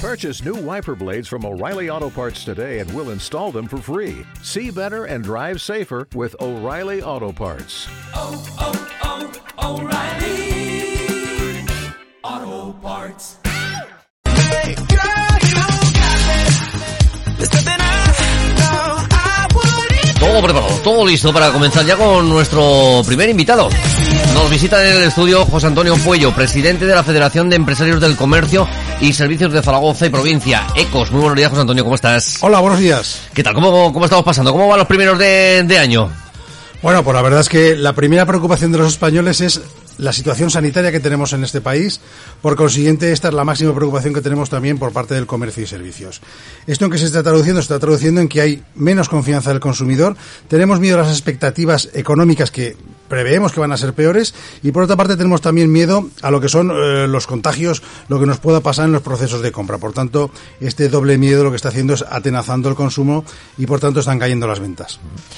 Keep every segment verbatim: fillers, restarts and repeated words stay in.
Purchase new wiper blades from O'Reilly Auto Parts today and we'll install them for free. See better and drive safer with O'Reilly Auto Parts. Oh, oh, oh, O'Reilly Auto Parts. Hey, girl, you got me. There's something I know I wouldn't. Todo preparado, todo listo para comenzar ya con nuestro primer invitado. Nos visita en el estudio José Antonio Puello, presidente de la Federación de Empresarios del Comercio y Servicios de Zaragoza y Provincia, ECOS. Muy buenos días, José Antonio, ¿cómo estás? Hola, buenos días. ¿Qué tal? ¿Cómo, cómo estamos pasando? ¿Cómo van los primeros de, de año? Bueno, pues la verdad es que la primera preocupación de los españoles es la situación sanitaria que tenemos en este país. Por consiguiente, esta es la máxima preocupación que tenemos también por parte del comercio y servicios. ¿Esto en qué se está traduciendo? Se está traduciendo en que hay menos confianza del consumidor, tenemos miedo a las expectativas económicas que preveemos que van a ser peores, y por otra parte tenemos también miedo a lo que son eh, los contagios, lo que nos pueda pasar en los procesos de compra. Por tanto, este doble miedo lo que está haciendo es atenazando el consumo y por tanto están cayendo las ventas.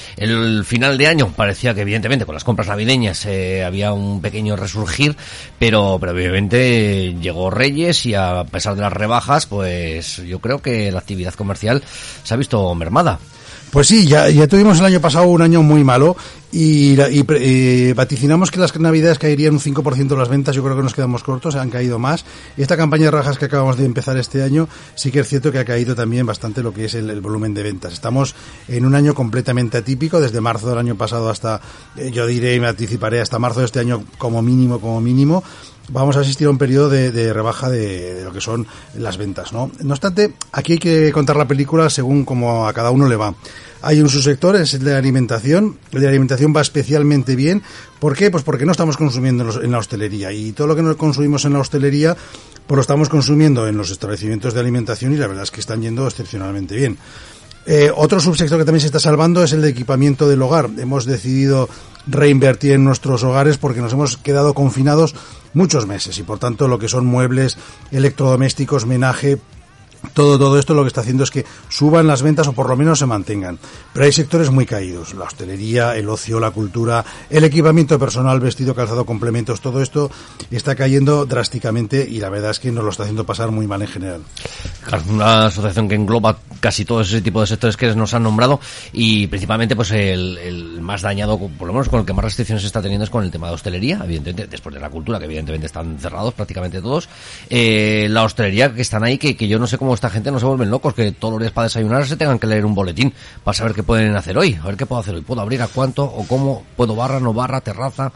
El final de año parecía que evidentemente con las compras navideñas eh, había un pequeño resurgir, pero, pero obviamente llegó Reyes y a pesar de las rebajas, pues yo creo que la actividad comercial se ha visto mermada. Pues sí, ya, ya tuvimos el año pasado un año muy malo y, y, y vaticinamos que las navidades caerían un cinco por ciento de las ventas. Yo creo que nos quedamos cortos, han caído más. Esta campaña de rebajas que acabamos de empezar este año, sí que es cierto que ha caído también bastante lo que es el, el volumen de ventas. Estamos en un año completamente atípico, desde marzo del año pasado hasta, eh, yo diré y me anticiparé, hasta marzo de este año como mínimo, como mínimo. Vamos a asistir a un periodo de, de rebaja de, de lo que son las ventas, ¿no? No obstante, aquí hay que contar la película según como a cada uno le va. Hay un subsector, es el de la alimentación. El de la alimentación va especialmente bien. ¿Por qué? Pues porque no estamos consumiendo en, los, en la hostelería. Y todo lo que no consumimos en la hostelería, pues lo estamos consumiendo en los establecimientos de alimentación y la verdad es que están yendo excepcionalmente bien. Eh, otro subsector que también se está salvando es el de equipamiento del hogar. Hemos decidido reinvertir en nuestros hogares porque nos hemos quedado confinados muchos meses y por tanto lo que son muebles, electrodomésticos, menaje, todo todo esto lo que está haciendo es que suban las ventas o por lo menos se mantengan. Pero hay sectores muy caídos, la hostelería, el ocio, la cultura, el equipamiento personal, vestido, calzado, complementos, todo esto está cayendo drásticamente y la verdad es que nos lo está haciendo pasar muy mal en general. Claro, una asociación que engloba casi todo ese tipo de sectores que nos han nombrado y principalmente pues el, el más dañado, por lo menos con el que más restricciones se está teniendo es con el tema de hostelería, evidentemente, después de la cultura, que evidentemente están cerrados prácticamente todos. Eh, la hostelería que están ahí, que, que yo no sé cómo esta gente no se vuelven locos, que todos los días para desayunar se tengan que leer un boletín para saber qué pueden hacer hoy, a ver qué puedo hacer hoy, puedo abrir a cuánto o cómo, puedo barra, no barra, terraza,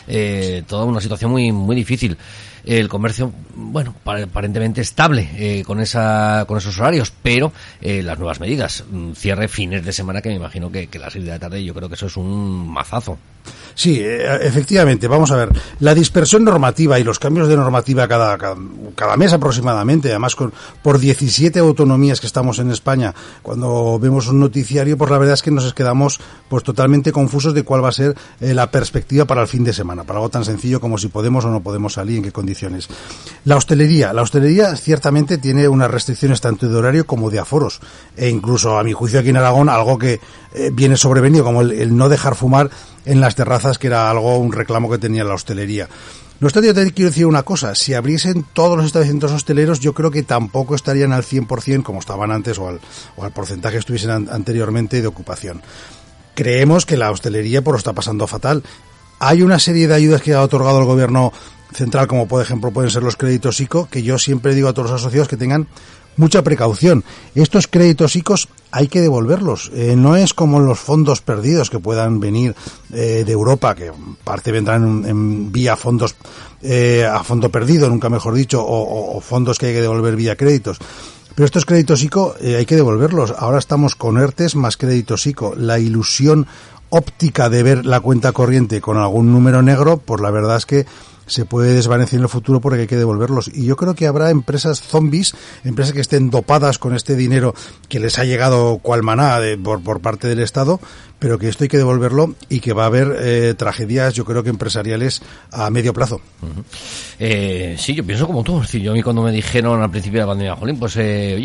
eh, toda una situación muy muy difícil. El comercio, bueno, aparentemente estable eh, con esa con esos horarios, pero eh, las nuevas medidas, cierre fines de semana, que me imagino que, que a las seis de la tarde, yo creo que eso es un mazazo. Sí, efectivamente, vamos a ver, la dispersión normativa y los cambios de normativa cada, cada, cada mes aproximadamente, además con, por diecisiete autonomías que estamos en España, cuando vemos un noticiario, pues la verdad es que nos quedamos pues totalmente confusos de cuál va a ser eh, la perspectiva para el fin de semana, para algo tan sencillo como si podemos o no podemos salir, en qué condiciones. La hostelería, la hostelería ciertamente tiene unas restricciones tanto de horario como de aforos, e incluso a mi juicio aquí en Aragón, algo que eh, viene sobrevenido, como el, el no dejar fumar en las terrazas, que era algo, un reclamo que tenía la hostelería. No obstante, yo te quiero decir una cosa, si abriesen todos los establecimientos hosteleros, yo creo que tampoco estarían al cien por ciento como estaban antes o al, o al porcentaje que estuviesen an- anteriormente de ocupación. Creemos que la hostelería pues lo está pasando fatal. Hay una serie de ayudas que ha otorgado el gobierno central, como por ejemplo pueden ser los créditos ICO, que yo siempre digo a todos los asociados que tengan mucha precaución. Estos créditos ICOs hay que devolverlos. Eh, no es como los fondos perdidos que puedan venir eh, de Europa, que parte vendrán en, en vía fondos eh, a fondo perdido, nunca mejor dicho, o, o, o fondos que hay que devolver vía créditos. Pero estos créditos ICO eh, hay que devolverlos. Ahora estamos con ERTES más créditos ICO. La ilusión óptica de ver la cuenta corriente con algún número negro, pues la verdad es que se puede desvanecer en el futuro porque hay que devolverlos. Y yo creo que habrá empresas zombies, empresas que estén dopadas con este dinero que les ha llegado cual maná de, por, por parte del Estado, pero que esto hay que devolverlo y que va a haber eh, tragedias, yo creo que empresariales a medio plazo. Uh-huh. Eh, sí, yo pienso como tú. Es decir, yo a mí cuando me dijeron al principio de la pandemia, jolín, pues eh, oye,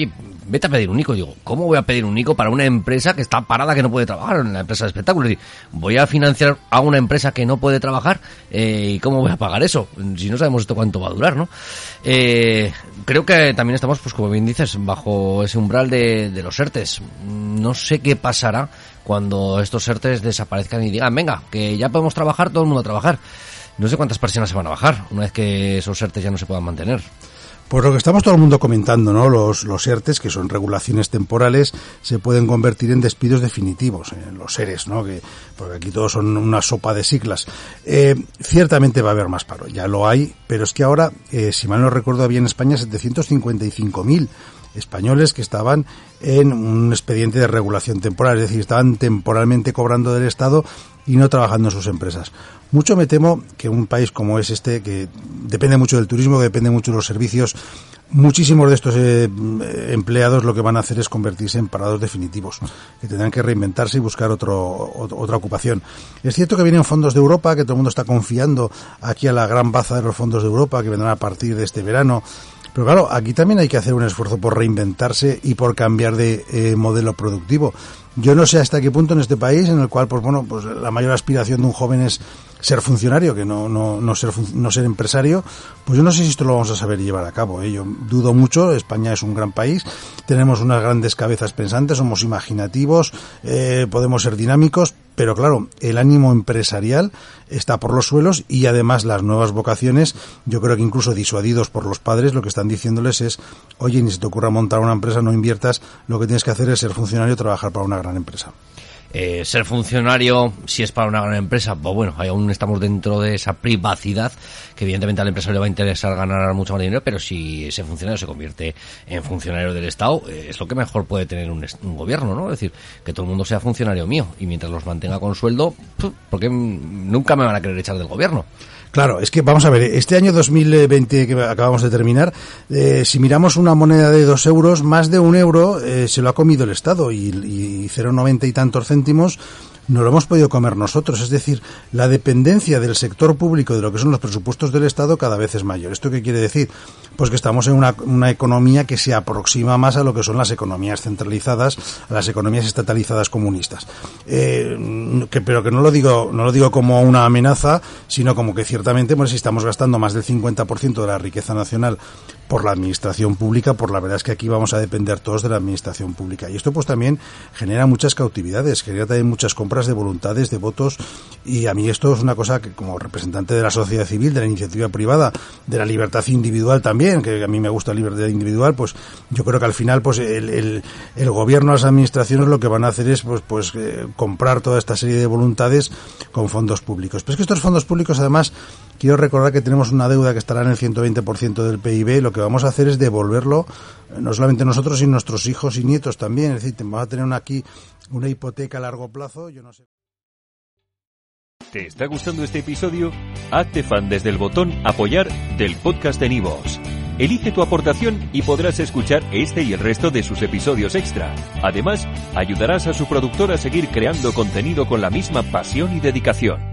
vete a pedir un ICO. Digo, ¿cómo voy a pedir un ICO para una empresa que está parada, que no puede trabajar, en la empresa de espectáculos? Es decir, voy a financiar a una empresa que no puede trabajar, eh, ¿y cómo voy a pagar eso? Si no sabemos esto cuánto va a durar, ¿no? Eh, creo que también estamos, pues como bien dices, bajo ese umbral de, de los ERTES. No sé qué pasará cuando estos ERTES desaparezcan y digan, venga, que ya podemos trabajar, todo el mundo a trabajar. No sé cuántas personas se van a bajar una vez que esos ERTES ya no se puedan mantener. Pues lo que estamos todo el mundo comentando, ¿no? Los, los ERTES, que son regulaciones temporales, se pueden convertir en despidos definitivos, en los ERES, ¿no? Que, porque aquí todos son una sopa de siglas. Eh, ciertamente va a haber más paro, ya lo hay, pero es que ahora, eh, si mal no recuerdo, había en España setecientos cincuenta y cinco mil españoles que estaban en un expediente de regulación temporal, es decir, estaban temporalmente cobrando del Estado y no trabajando en sus empresas. Mucho me temo que un país como es este, que depende mucho del turismo, que depende mucho de los servicios, muchísimos de estos eh, empleados lo que van a hacer es convertirse en parados definitivos, que tendrán que reinventarse y buscar otro, otro, otra ocupación. Es cierto que vienen fondos de Europa, que todo el mundo está confiando aquí a la gran baza de los fondos de Europa, que vendrán a partir de este verano. Pero claro, aquí también hay que hacer un esfuerzo por reinventarse y por cambiar de eh, modelo productivo. Yo no sé hasta qué punto en este país, en el cual, pues bueno, pues la mayor aspiración de un joven es ser funcionario, que no no no ser no ser empresario, pues yo no sé si esto lo vamos a saber llevar a cabo, ¿eh? Yo dudo mucho. España es un gran país, tenemos unas grandes cabezas pensantes, somos imaginativos, eh, podemos ser dinámicos, pero claro, el ánimo empresarial está por los suelos y además las nuevas vocaciones, yo creo que incluso disuadidos por los padres, lo que están diciéndoles es, oye, ni se te ocurra montar una empresa, no inviertas, lo que tienes que hacer es ser funcionario, trabajar para una gran empresa. Eh, ser funcionario, si es para una gran empresa, pues bueno, aún estamos dentro de esa privacidad que evidentemente al empresario le va a interesar ganar mucho más dinero, pero si ese funcionario se convierte en funcionario del Estado, eh, es lo que mejor puede tener un, un gobierno, ¿no? Es decir, que todo el mundo sea funcionario mío y mientras los mantenga con sueldo, porque nunca me van a querer echar del gobierno. Claro, es que vamos a ver, este año dos mil veinte que acabamos de terminar, eh, si miramos una moneda de dos euros, más de un euro eh, se lo ha comido el Estado y, y cero coma noventa y tantos céntimos no lo hemos podido comer nosotros. Es decir, la dependencia del sector público de lo que son los presupuestos del Estado cada vez es mayor. ¿Esto qué quiere decir? Pues que estamos en una, una economía que se aproxima más a lo que son las economías centralizadas, a las economías estatalizadas comunistas. Eh, que, pero que no lo digo, no lo digo como una amenaza, sino como que ciertamente, pues si estamos gastando más del cincuenta por ciento de la riqueza nacional por la administración pública, pues la verdad es que aquí vamos a depender todos de la administración pública. Y esto pues también genera muchas cautividades, genera también muchas compras de voluntades, de votos, y a mí esto es una cosa que como representante de la sociedad civil, de la iniciativa privada, de la libertad individual también, que a mí me gusta la libertad individual, pues yo creo que al final pues el, el, el gobierno, las administraciones lo que van a hacer es pues pues eh, comprar toda esta serie de voluntades con fondos públicos. Pero es que estos fondos públicos además, quiero recordar que tenemos una deuda que estará en el ciento veinte por ciento del P I B, lo que vamos a hacer es devolverlo, no solamente nosotros, sino nuestros hijos y nietos también, es decir, vamos a tener una, aquí una hipoteca a largo plazo, yo no sé. ¿Te está gustando este episodio? Hazte fan desde el botón Apoyar del podcast de iVoox. Elige tu aportación y podrás escuchar este y el resto de sus episodios extra. Además, ayudarás a su productor a seguir creando contenido con la misma pasión y dedicación.